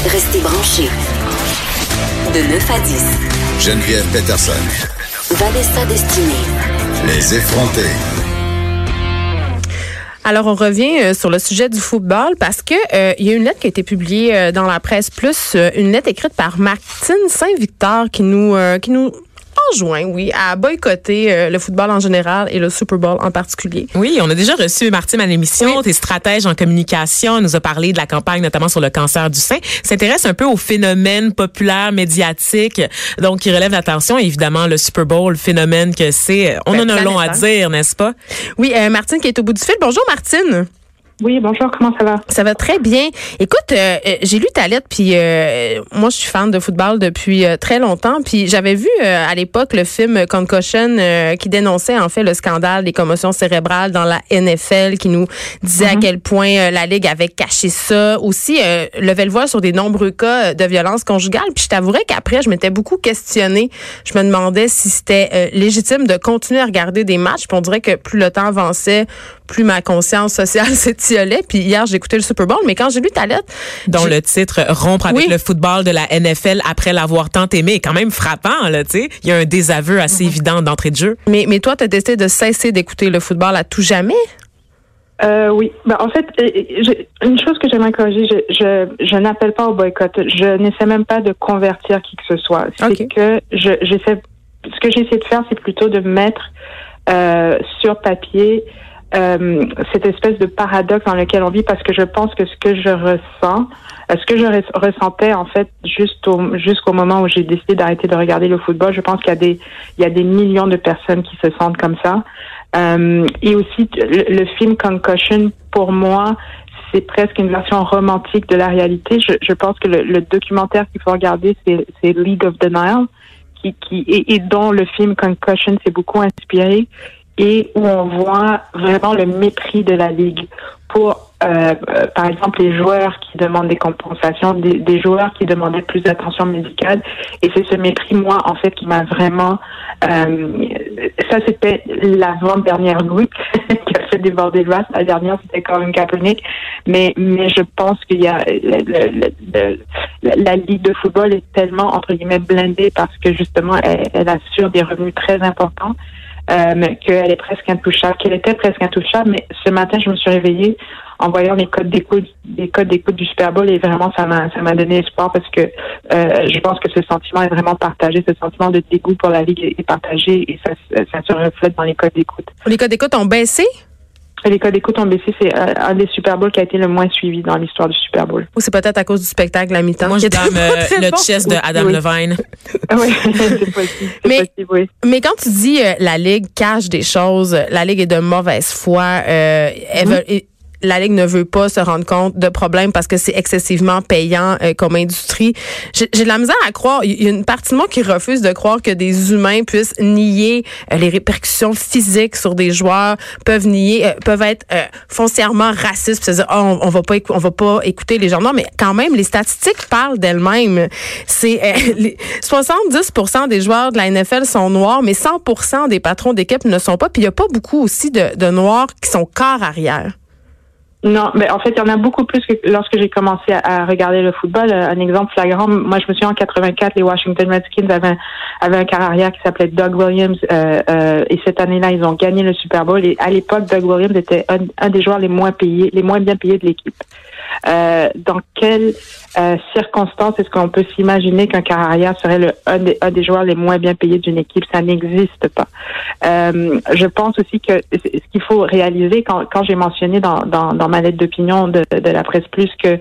Restez branchés. De 9 à 10. Geneviève Peterson. Vanessa Destinée. Les effrontés. Alors, on revient sur le sujet du football parce que il y a une lettre qui a été publiée dans la presse plus, une lettre écrite par Martine Saint-Victor qui nous enjoint, à boycotter le football en général et le Super Bowl en particulier. Oui, on a déjà reçu Martine à l'émission, oui. T'es stratège en communication, elle nous a parlé de la campagne notamment sur le cancer du sein. S'intéresse un peu aux phénomènes populaires, médiatiques, donc qui relèvent l'attention. Évidemment, le Super Bowl, le phénomène que c'est, on en a un long à dire, n'est-ce pas? Oui, Martine qui est au bout du fil. Bonjour Martine. Oui, bonjour, comment ça va? Ça va très bien. Écoute, j'ai lu ta lettre, puis moi, je suis fan de football depuis très longtemps, puis j'avais vu à l'époque le film Concussion qui dénonçait en fait le scandale des commotions cérébrales dans la NFL, qui nous disait à quel point la Ligue avait caché ça. Aussi, levait le voile sur des nombreux cas de violence conjugale, puis je t'avouerais qu'après, je m'étais beaucoup questionnée. Je me demandais si c'était légitime de continuer à regarder des matchs, puis on dirait que plus le temps avançait, plus ma conscience sociale s'étiolait. Puis hier, j'ai écouté le Super Bowl, mais quand j'ai lu ta lettre... Dont le titre « Rompre avec le football de la NFL après l'avoir tant aimé » est quand même frappant, là, tu sais. Il y a un désaveu assez évident d'entrée de jeu. Mais toi, tu as décidé de cesser d'écouter le football à tout jamais? Oui. Ben, en fait, une chose que j'aimerais corriger, je n'appelle pas au boycott. Je n'essaie même pas de convertir qui que ce soit. C'est que ce que j'essaie de faire, c'est plutôt de mettre sur papier cette espèce de paradoxe dans lequel on vit, parce que je pense que ce que je ressentais en fait jusqu'au moment où j'ai décidé d'arrêter de regarder le football, je pense qu'il y a des millions de personnes qui se sentent comme ça. Et aussi le film Concussion, pour moi, c'est presque une version romantique de la réalité. Je pense que le documentaire qu'il faut regarder, c'est League of Denial, et dont le film Concussion s'est beaucoup inspiré, et où on voit vraiment le mépris de la Ligue pour, par exemple, les joueurs qui demandent des compensations, des joueurs qui demandaient plus d'attention médicale. Et c'est ce mépris, moi, en fait, qui m'a vraiment... ça, c'était l'avant-dernière goutte qui a fait déborder le vase. La dernière, c'était Colin Kaepernick. Mais je pense qu'il y a... la Ligue de football est tellement, entre guillemets, blindée parce que, justement, elle assure des revenus très importants. Qu'elle est presque intouchable, qu'elle était presque intouchable, mais ce matin, je me suis réveillée en voyant les codes d'écoute du Super Bowl, et vraiment, ça m'a donné espoir, parce que je pense que ce sentiment est vraiment partagé, ce sentiment de dégoût pour la Ligue est partagé, et ça se reflète dans les codes d'écoute. Les codes d'écoute ont baissé? Les codes d'écoute ont baissé. C'est un des Super Bowls qui a été le moins suivi dans l'histoire du Super Bowl. Ou c'est peut-être à cause du spectacle à mi-temps. Moi, je donne le chest de Adam Levine. Oui, c'est possible. Mais quand tu dis la Ligue cache des choses, la Ligue est de mauvaise foi, la Ligue ne veut pas se rendre compte de problèmes parce que c'est excessivement payant comme industrie. J'ai de la misère à croire. Il y a une partie de moi qui refuse de croire que des humains puissent nier les répercussions physiques sur des joueurs, peuvent être foncièrement racistes, puis se dire on va pas écouter les gens. Non, mais quand même, les statistiques parlent d'elles-mêmes. C'est 70% des joueurs de la NFL sont noirs, mais 100% des patrons d'équipe ne sont pas. Puis il y a pas beaucoup aussi de noirs qui sont quart arrière. Non, mais en fait, il y en a beaucoup plus que lorsque j'ai commencé à regarder le football. Un exemple flagrant, moi, je me souviens en 84, les Washington Redskins avaient un quart arrière qui s'appelait Doug Williams, et cette année-là, ils ont gagné le Super Bowl, et à l'époque, Doug Williams était un des joueurs les moins bien payés de l'équipe. Dans quelles circonstances est-ce qu'on peut s'imaginer qu'un quart arrière serait un des joueurs les moins bien payés d'une équipe? Ça n'existe pas. Je pense aussi que ce qu'il faut réaliser, quand j'ai mentionné dans ma lettre d'opinion de la Presse Plus que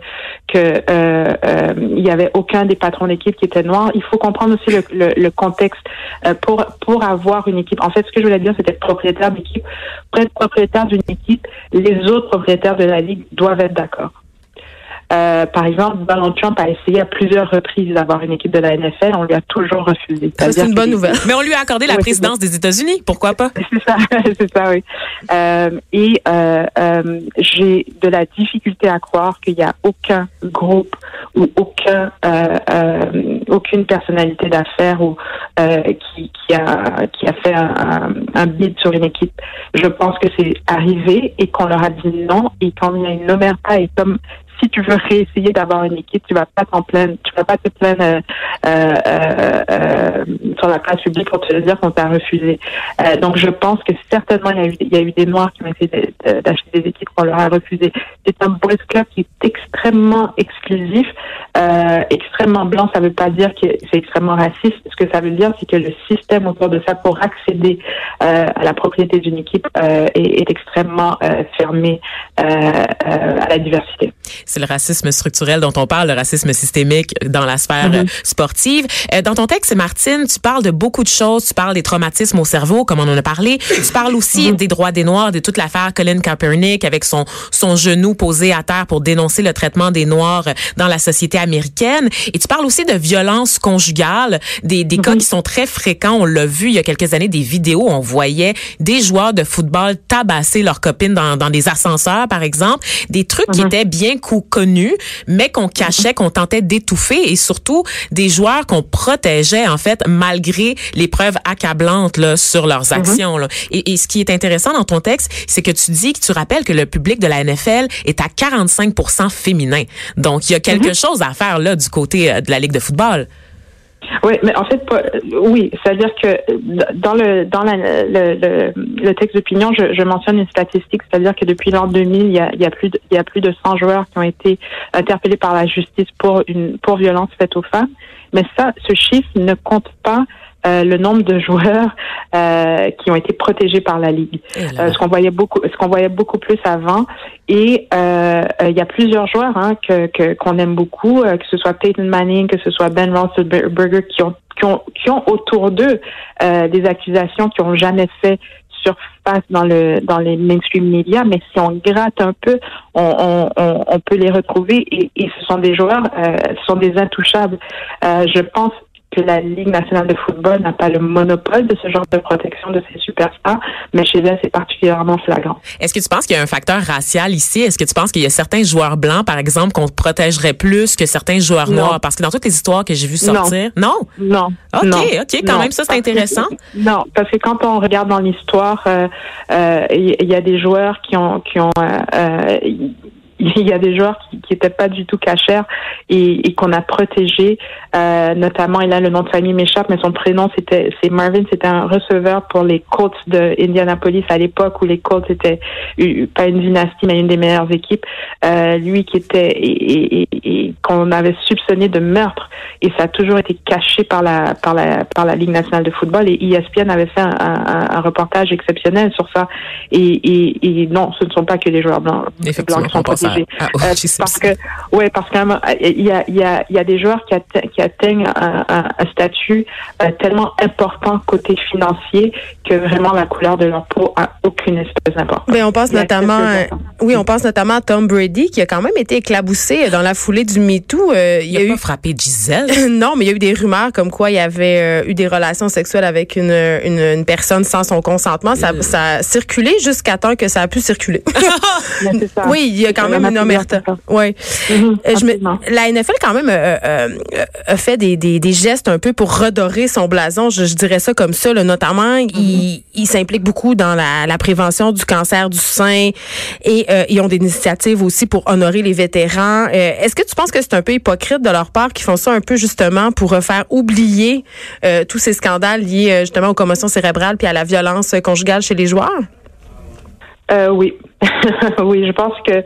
il y avait aucun des patrons d'équipe qui était noir, il faut comprendre aussi le contexte pour avoir une équipe. En fait, ce que je voulais dire, c'était propriétaire d'équipe. Pour être propriétaire d'une équipe, les autres propriétaires de la Ligue doivent être d'accord. Par exemple, Donald Trump a essayé à plusieurs reprises d'avoir une équipe de la NFL. On lui a toujours refusé. C'est une bonne nouvelle. Mais on lui a accordé la présidence des États-Unis. Pourquoi pas? C'est ça, oui. J'ai de la difficulté à croire qu'il y a aucun groupe ou aucune personnalité d'affaires qui a fait un bid sur une équipe. Je pense que c'est arrivé et qu'on leur a dit non, et quand il y a une omerta, et comme si tu veux réessayer d'avoir une équipe, tu vas pas te plaindre sur la place publique pour te dire qu'on t'a refusé. Donc je pense que certainement il y a eu des Noirs qui ont essayé d'acheter des équipes qu'on leur a refusé. C'est un boys club qui est extrêmement exclusif, extrêmement blanc. Ça veut pas dire que c'est extrêmement raciste. Ce que ça veut dire, c'est que le système autour de ça pour accéder à la propriété d'une équipe est extrêmement fermé à la diversité. C'est le racisme structurel dont on parle, le racisme systémique dans la sphère sportive. Dans ton texte, Martine, tu parles de beaucoup de choses. Tu parles des traumatismes au cerveau, comme on en a parlé. Tu parles aussi des droits des Noirs, de toute l'affaire Colin Kaepernick avec son genou posé à terre pour dénoncer le traitement des Noirs dans la société américaine. Et tu parles aussi de violences conjugales, des cas qui sont très fréquents. On l'a vu il y a quelques années, des vidéos où on voyait des joueurs de football tabasser leurs copines dans des ascenseurs, par exemple. Des trucs qui étaient bien connus, mais qu'on cachait, qu'on tentait d'étouffer, et surtout des joueurs qu'on protégeait, en fait, malgré les preuves accablantes là, sur leurs actions. Là. Et ce qui est intéressant dans ton texte, c'est que tu rappelles que le public de la NFL est à 45% féminin. Donc, il y a quelque chose à faire là du côté de la Ligue de football. Oui, mais en fait, oui, c'est-à-dire que dans le texte d'opinion, je mentionne une statistique, c'est-à-dire que depuis l'an 2000, il y a plus de 100 joueurs qui ont été interpellés par la justice pour violence faite aux femmes. Mais ce chiffre ne compte pas le nombre de joueurs qui ont été protégés par la Ligue. Ce qu'on voyait beaucoup plus avant. Et il y a plusieurs joueurs qu'on aime beaucoup, que ce soit Peyton Manning, que ce soit Ben Roethlisberger, qui ont autour d'eux des accusations qui ont jamais fait surface dans les mainstream médias, mais si on gratte un peu, on peut les retrouver, et ce sont des joueurs, ce sont des intouchables. Je pense que la Ligue nationale de football n'a pas le monopole de ce genre de protection de ces superstars, mais chez elle, c'est particulièrement flagrant. Est-ce que tu penses qu'il y a un facteur racial ici? Est-ce que tu penses qu'il y a certains joueurs blancs, par exemple, qu'on protégerait plus que certains joueurs noirs? Parce que dans toutes les histoires que j'ai vues sortir... Non? OK, quand même, ça, c'est intéressant. Non, parce que quand on regarde dans l'histoire, il y a des joueurs il y a des joueurs qui étaient pas du tout cachers et qu'on a protégés, notamment, et là le nom de famille m'échappe, mais son prénom c'est Marvin, c'était un receveur pour les Colts de Indianapolis à l'époque où les Colts étaient pas une dynastie mais une des meilleures équipes. Lui qui était et qu'on avait soupçonné de meurtre, et ça a toujours été caché par la Ligue nationale de football, et ESPN avait fait un reportage exceptionnel sur ça, et non, ce ne sont pas que les joueurs blancs qui sont protégés. Parce qu'il y a des joueurs qui atteignent un statut tellement important côté financier que vraiment la couleur de leur peau a aucune espèce d'importance. Mais on pense notamment à Tom Brady qui a quand même été éclaboussé dans la foulée du MeToo. Il a pas frappé Gisèle. Non, mais il y a eu des rumeurs comme quoi il y avait eu des relations sexuelles avec une personne sans son consentement. Ça a circulé jusqu'à temps que ça a pu circuler. C'est ça. Oui, il y a quand même une omerta. Oui. La NFL quand même a fait des gestes un peu pour redorer son blason. Je dirais ça comme ça. Là. Notamment, il s'implique beaucoup dans la prévention du cancer du sein, et ils ont des initiatives aussi pour honorer les vétérans. Est-ce que tu penses que c'est un peu hypocrite de leur part qu'ils font ça un peu justement pour faire oublier tous ces scandales liés justement aux commotions cérébrales puis à la violence conjugale chez les joueurs? Oui. Oui, je pense que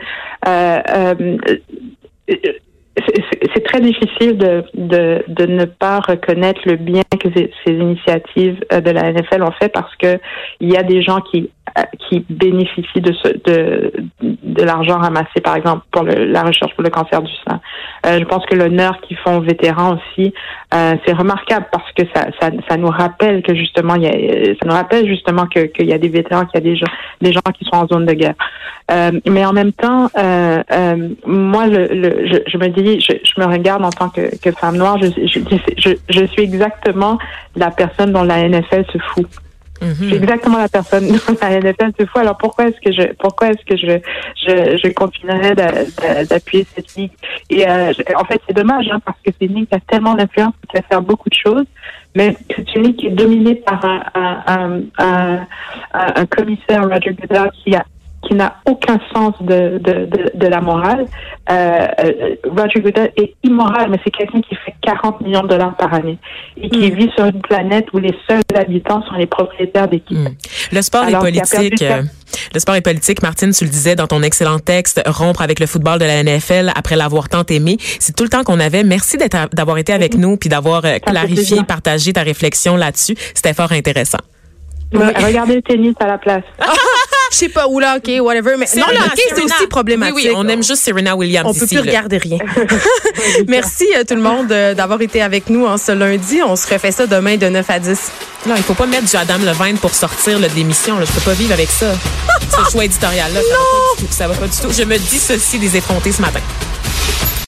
c'est très difficile de ne pas reconnaître le bien que ces initiatives de la NFL ont fait, parce que il y a des gens qui bénéficient de l'argent ramassé, par exemple, pour la recherche pour le cancer du sein. Je pense que l'honneur qu'ils font aux vétérans aussi, c'est remarquable, parce que ça nous rappelle que justement qu'il y a des vétérans, qu'il y a des gens qui sont en zone de guerre. Mais en même temps, moi, je me dis, je me regarde en tant que femme noire, je suis exactement la personne dont la NFL se fout. Je suis exactement la personne dont la NFL se fout. Alors pourquoi est-ce que je continuerais d'appuyer cette ligue? Et en fait, c'est dommage, parce que c'est une ligue qui a tellement d'influence, qui peut faire beaucoup de choses, mais c'est une ligue qui est dominée par un commissaire, Roger Goodell, qui n'a aucun sens de la morale. Roger Goodell est immoral, mais c'est quelqu'un qui fait 40 millions de dollars par année et qui vit sur une planète où les seuls habitants sont les propriétaires d'équipes. Le sport est politique. Le sport est politique. Martine, tu le disais dans ton excellent texte, rompre avec le football de la NFL après l'avoir tant aimé. C'est tout le temps qu'on avait. Merci d'avoir été avec nous puis d'avoir clarifié, partagé ta réflexion là-dessus. C'était fort intéressant. Regardez le tennis à la place. Je sais pas où là, OK, whatever. Mais non, le hockey, c'est aussi problématique. Oui, on aime juste Serena Williams. On peut plus regarder rien. Merci tout le monde d'avoir été avec nous en ce lundi. On se refait ça demain de 9 à 10. Non, il faut pas mettre du Adam Levine pour sortir de l'émission. Je peux pas vivre avec ça. Ce choix éditorial-là, ça va pas du tout. Je me dissocie des effrontés ce matin.